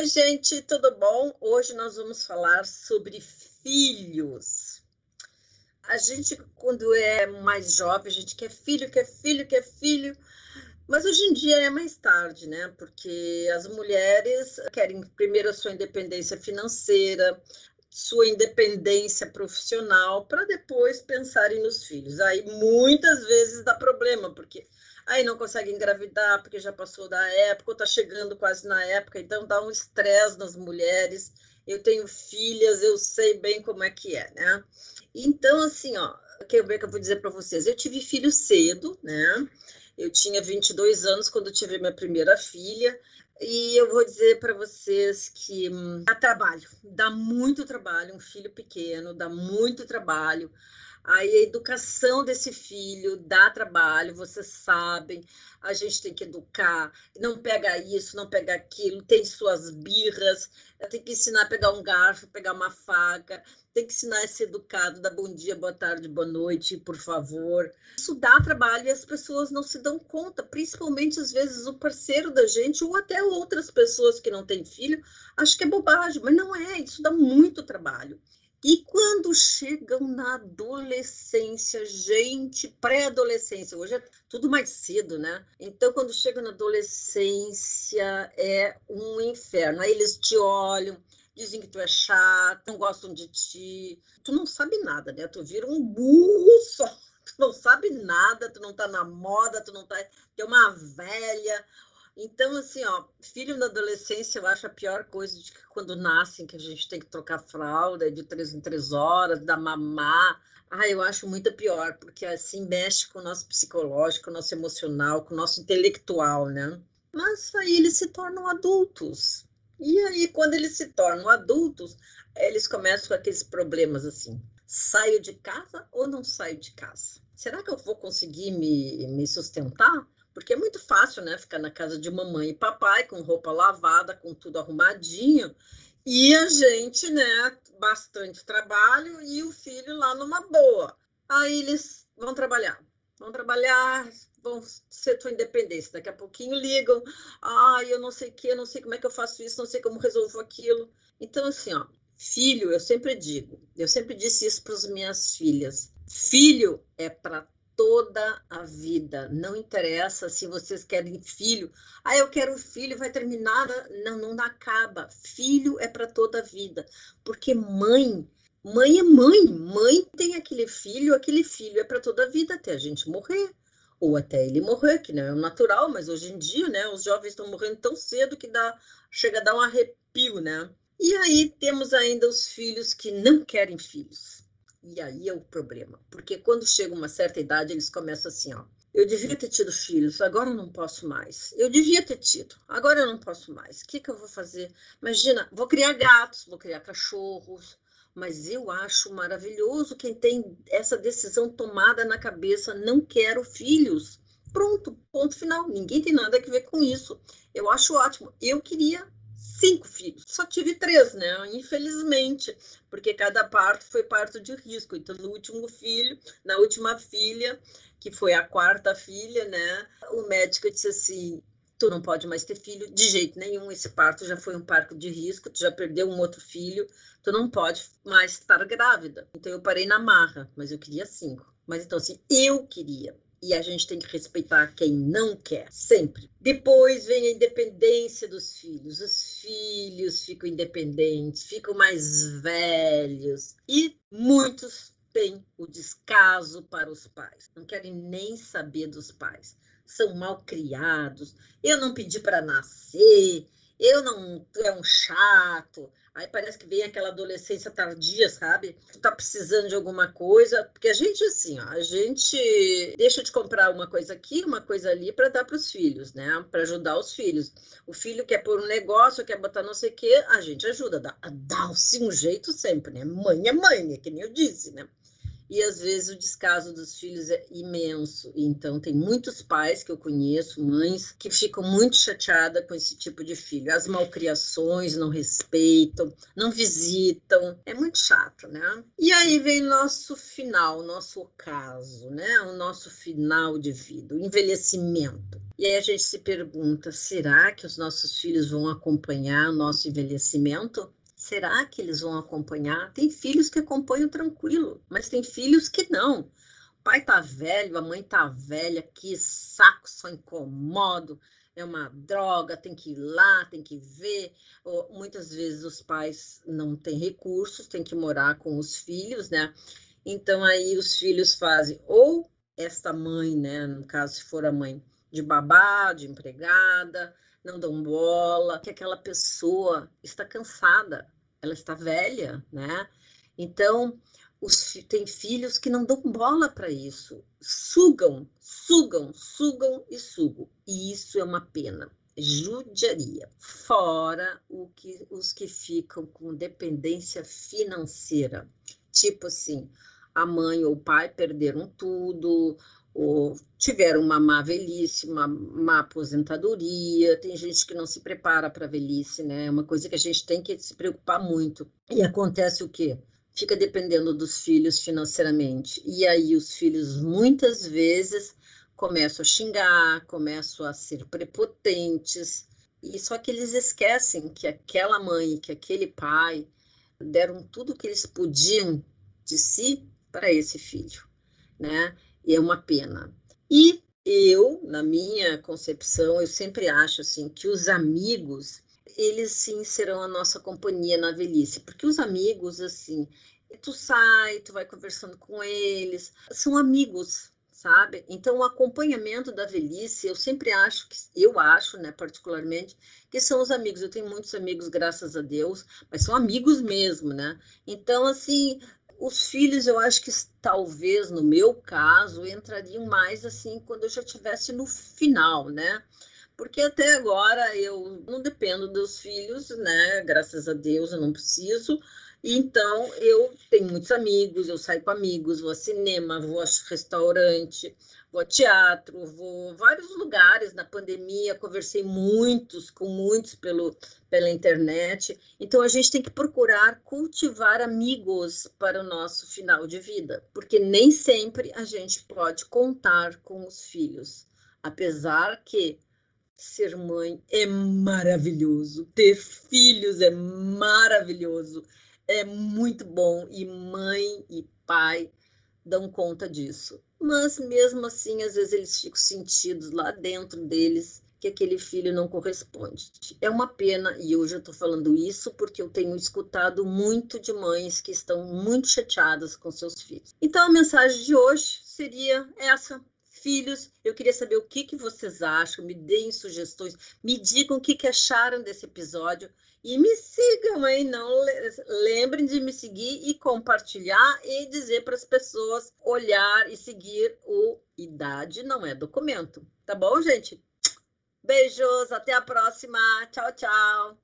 Oi, gente, tudo bom? Hoje nós vamos falar sobre filhos. A gente, quando é mais jovem, a gente quer filho, quer filho, quer filho, mas hoje em dia é mais tarde, né? Porque as mulheres querem primeiro a sua independência financeira, sua independência profissional, para depois pensarem nos filhos. Aí muitas vezes dá problema, porque aí não consegue engravidar, porque já passou da época, ou está chegando quase na época, então dá um estresse nas mulheres. Eu tenho filhas, eu sei bem como é que é, né? Então, assim, ó, quer ver que eu vou dizer para vocês? Eu tive filho cedo, né? Eu tinha 22 anos quando eu tive minha primeira filha, e eu vou dizer para vocês que dá trabalho, dá muito trabalho, um filho pequeno, dá muito trabalho. Aí a educação desse filho dá trabalho, vocês sabem, a gente tem que educar, não pega isso, não pega aquilo, tem suas birras, tem que ensinar a pegar um garfo, pegar uma faca, tem que ensinar a ser educado, dar bom dia, boa tarde, boa noite, por favor. Isso dá trabalho e as pessoas não se dão conta, principalmente às vezes o parceiro da gente ou até outras pessoas que não têm filho, acho que é bobagem, mas não é, isso dá muito trabalho. E quando chegam na adolescência, gente, pré-adolescência, hoje é tudo mais cedo, né? Então, quando chega na adolescência, é um inferno. Aí eles te olham, dizem que tu é chato, não gostam de ti. Tu não sabe nada, né? Tu vira um burro só. Tu não sabe nada, tu não tá na moda, tu não tá... Tu é uma velha. Então, assim, ó, filho na adolescência eu acho a pior coisa de que quando nascem, que a gente tem que trocar fralda de 3 em 3 horas, dar mamar. Ah, eu acho muito pior, porque assim mexe com o nosso psicológico, com o nosso emocional, com o nosso intelectual, né? Mas aí eles se tornam adultos. E aí, quando eles se tornam adultos, eles começam com aqueles problemas assim: saio de casa ou não saio de casa? Será que eu vou conseguir me sustentar? Porque é muito fácil, né? Ficar na casa de mamãe e papai, com roupa lavada, com tudo arrumadinho, e a gente, né? Bastante trabalho e o filho lá numa boa. Aí eles vão trabalhar, vão ser tua independência. Daqui a pouquinho ligam, eu não sei o que, eu não sei como é que eu faço isso, não sei como resolvo aquilo. Então, assim, ó, filho, eu sempre disse isso para as minhas filhas. Filho é para toda a vida. Não interessa se vocês querem filho. Eu quero filho, vai terminar. Não, não acaba. Filho é para toda a vida. Porque mãe é mãe. Mãe tem aquele filho é para toda a vida, até a gente morrer. Ou até ele morrer, que não é o natural, mas hoje em dia, né, os jovens estão morrendo tão cedo que chega a dar um arrepio, né? E aí temos ainda os filhos que não querem filhos. E aí é o problema, porque quando chega uma certa idade, eles começam assim, ó. Eu devia ter tido filhos, agora eu não posso mais. Eu devia ter tido, agora eu não posso mais. O que eu vou fazer? Imagina, vou criar gatos, vou criar cachorros, mas eu acho maravilhoso quem tem essa decisão tomada na cabeça, não quero filhos. Pronto, ponto final. Ninguém tem nada a ver com isso. Eu acho ótimo. Eu queria 5 filhos. Só tive 3, né? Infelizmente, porque cada parto foi parto de risco. Então, no último filho, na última filha, que foi a 4ª filha, né? O médico disse assim: tu não pode mais ter filho de jeito nenhum. Esse parto já foi um parto de risco, tu já perdeu um outro filho, tu não pode mais estar grávida. Então, eu parei na marra, mas eu queria 5. Mas então, assim, eu queria. E a gente tem que respeitar quem não quer, sempre. Depois vem a independência dos filhos. Os filhos ficam independentes, ficam mais velhos. E muitos têm o descaso para os pais. Não querem nem saber dos pais. São mal criados. Eu não pedi para nascer. Eu não... Tu é um chato. Aí parece que vem aquela adolescência tardia, sabe? Tu tá precisando de alguma coisa, porque a gente, assim, ó, a gente deixa de comprar uma coisa aqui, uma coisa ali para dar para os filhos, né? Para ajudar os filhos. O filho quer pôr um negócio, quer botar não sei o quê, a gente ajuda, dá-se um jeito sempre, né? Mãe é mãe, é que nem eu disse, né? e às vezes o descaso dos filhos é imenso. Então, tem muitos pais que eu conheço, mães, que ficam muito chateadas com esse tipo de filho. As malcriações, não respeitam, não visitam. É muito chato, né? E aí vem nosso final, nosso ocaso, né? O nosso final de vida, o envelhecimento. E aí a gente se pergunta, será que os nossos filhos vão acompanhar o nosso envelhecimento? Será que eles vão acompanhar? Tem filhos que acompanham tranquilo, mas tem filhos que não. O pai tá velho, a mãe tá velha, que saco, só incomodo, é uma droga, tem que ir lá, tem que ver. Ou, muitas vezes os pais não têm recursos, tem que morar com os filhos, né? Então aí os filhos fazem ou esta mãe, né, no caso se for a mãe, de babá, de empregada, não dão bola, que aquela pessoa está cansada, ela está velha, né? Então, tem filhos que não dão bola para isso, sugam, sugam, sugam e sugam. E isso é uma pena, judiaria. Fora os que ficam com dependência financeira, tipo assim, a mãe ou o pai perderam tudo, ou tiveram uma má velhice, uma má aposentadoria. Tem gente que não se prepara para a velhice, né? É uma coisa que a gente tem que se preocupar muito. E acontece o quê? Fica dependendo dos filhos financeiramente. E aí os filhos muitas vezes começam a xingar, começam a ser prepotentes. E só que eles esquecem que aquela mãe, que aquele pai deram tudo que eles podiam de si para esse filho, né? E é uma pena. E eu, na minha concepção, eu sempre acho assim que os amigos, eles sim serão a nossa companhia na velhice, porque os amigos assim, tu sai, tu vai conversando com eles, são amigos, sabe? Então o acompanhamento da velhice, eu acho, né, particularmente, que são os amigos. Eu tenho muitos amigos, graças a Deus, mas são amigos mesmo, né? Então assim, os filhos, eu acho que talvez, no meu caso, entrariam mais assim quando eu já estivesse no final, né? Porque até agora eu não dependo dos filhos, né? Graças a Deus eu não preciso. Então eu tenho muitos amigos, eu saio com amigos, vou a cinema, vou a restaurante, vou a teatro, vou a vários lugares. Na pandemia conversei com muitos pela internet. Então a gente tem que procurar cultivar amigos para o nosso final de vida, porque nem sempre a gente pode contar com os filhos, apesar que ser mãe é maravilhoso, ter filhos é maravilhoso, é muito bom, e mãe e pai dão conta disso. Mas mesmo assim, às vezes eles ficam sentidos lá dentro deles que aquele filho não corresponde. É uma pena, e hoje eu estou falando isso porque eu tenho escutado muito de mães que estão muito chateadas com seus filhos. Então a mensagem de hoje seria essa. Filhos, eu queria saber o que vocês acham, me deem sugestões, me digam o que acharam desse episódio e me sigam, hein? Não lembrem de me seguir e compartilhar e dizer para as pessoas olhar e seguir o Idade Não É Documento. Tá bom, gente? Beijos, até a próxima. Tchau, tchau.